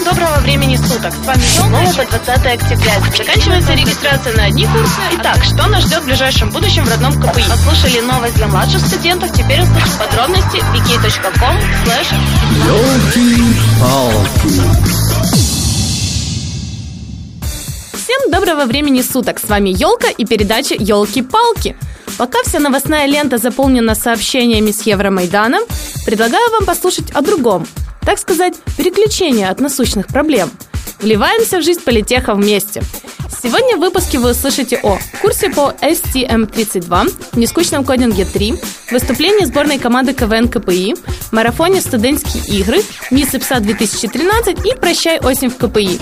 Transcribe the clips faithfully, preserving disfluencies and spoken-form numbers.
доброго времени суток. С вами Ёлка по двадцатое октября. Заканчивается регистрация на одни курсы. Итак, что нас ждет в ближайшем будущем в родном КПИ? Послушали новость для младших студентов. Теперь услышим подробности вики точка ком слэш ёлки-палки. Всем доброго времени суток. С вами Ёлка и передача «Ёлки-палки». Пока вся новостная лента заполнена сообщениями с Евромайданом, предлагаю вам послушать о другом. Так сказать, переключение от насущных проблем. Вливаемся в жизнь политеха вместе. Сегодня в выпуске вы услышите о курсе по эс ти эм тридцать два, нескучном кодинге три, выступлении сборной команды КВН КПИ, марафоне «Студентские игры», Мисс ИПСА две тысячи тринадцать и «Прощай, осень» в КПИ.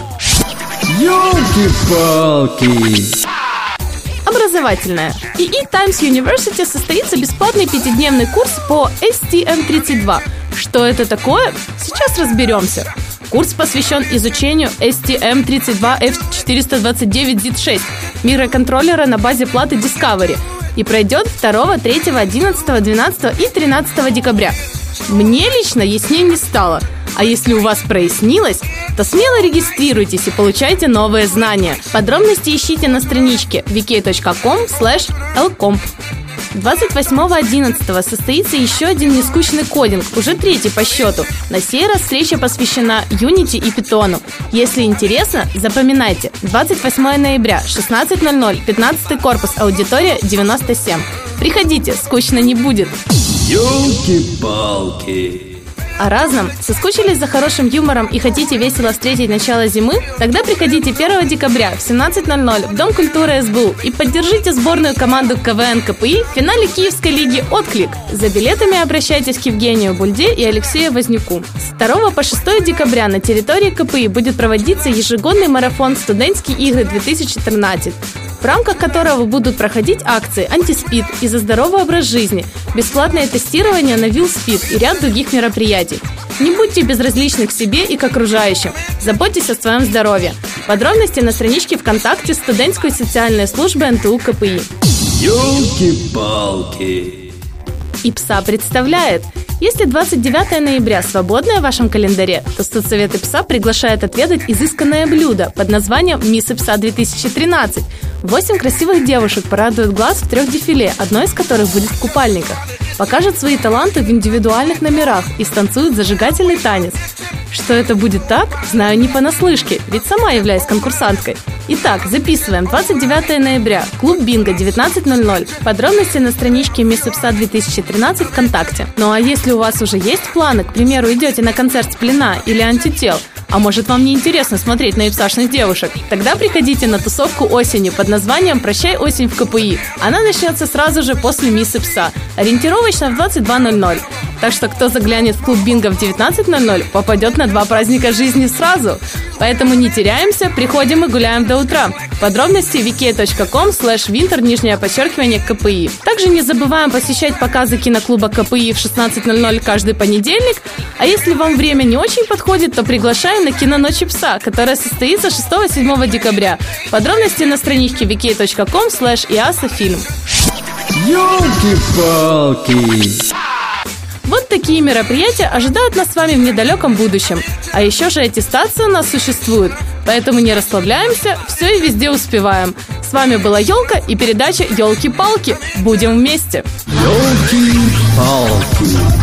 Ёлки-палки! Образовательная. и и Times University состоится бесплатный пятидневный курс по эс ти эм тридцать два. Что это такое? Сейчас разберемся. Курс посвящен изучению эс ти эм тридцать два эф четыреста двадцать девять зет шесть, микроконтроллера на базе платы Discovery, и пройдет второго, третьего, одиннадцатого, двенадцатого и тринадцатого декабря. Мне лично яснее не стало. А если у вас прояснилось, то смело регистрируйтесь и получайте новые знания. Подробности ищите на страничке вики точка ком слэш элкомп. двадцать восьмого одиннадцатого состоится еще один нескучный кодинг, уже третий по счету. На сей раз встреча посвящена Unity и Python. Если интересно, запоминайте. двадцать восьмого ноября, шестнадцать ноль ноль, пятнадцатый корпус, аудитория девяносто семь. Приходите, скучно не будет. Ёлки-палки! О разном? Соскучились за хорошим юмором и хотите весело встретить начало зимы? Тогда приходите первого декабря в семнадцать ноль ноль в Дом культуры эс бэ у и поддержите сборную команду КВН КПИ в финале Киевской лиги «Отклик». За билетами обращайтесь к Евгению Бульде и Алексею Вознюку. С второго по шестое декабря на территории КПИ будет проводиться ежегодный марафон «Студентские игры две тысячи тринадцать», в рамках которого будут проходить акции «Антиспид» и «За здоровый образ жизни», бесплатное тестирование на ВИЛ-СПИД и ряд других мероприятий. Не будьте безразличны к себе и к окружающим. Заботьтесь о своем здоровье. Подробности на страничке ВКонтакте студентской социальной службы эн тэ у КПИ. Ёлки-палки! ИПСА представляет. Если двадцать девятого ноября свободное в вашем календаре, то студсовет ИПСА приглашает отведать изысканное блюдо под названием «Мисс ИПСА две тысячи тринадцать». Восемь красивых девушек порадуют глаз в трех дефиле, одно из которых будет в купальниках. Покажут свои таланты в индивидуальных номерах и станцуют зажигательный танец. Что это будет так, знаю не понаслышке, ведь сама являюсь конкурсанткой. Итак, записываем. двадцать девятого ноября, клуб Бинго, девятнадцать ноль ноль. Подробности на страничке Мисс ИПСА две тысячи тринадцать ВКонтакте. Ну а если у вас уже есть планы, к примеру, идете на концерт Сплина или Антител, а может вам не интересно смотреть на ипсашных девушек, тогда приходите на тусовку осени под названием «Прощай, осень» в КПИ. Она начнется сразу же после Мисс ИПСА, ориентировочно в двадцать два ноль ноль. Так что кто заглянет в клуб Бинго в девятнадцать ноль ноль, попадет на два праздника жизни сразу. Поэтому не теряемся, приходим и гуляем до утра. Подробности вики точка ком слэш винтер нижнее подчеркивание КПИ. Также не забываем посещать показы киноклуба КПИ в шестнадцать ноль ноль каждый понедельник. А если вам время не очень подходит, то приглашаем на киноночь ИПСА, которая состоится шестого-седьмого декабря. Подробности на страничке вики точка ком слэш иасафильм. Ёлки-палки! Вот такие мероприятия ожидают нас с вами в недалеком будущем. А еще же аттестация у нас существует, поэтому не расслабляемся, все и везде успеваем. С вами была Ёлка и передача «Ёлки-палки». Будем вместе! Ёлки-палки!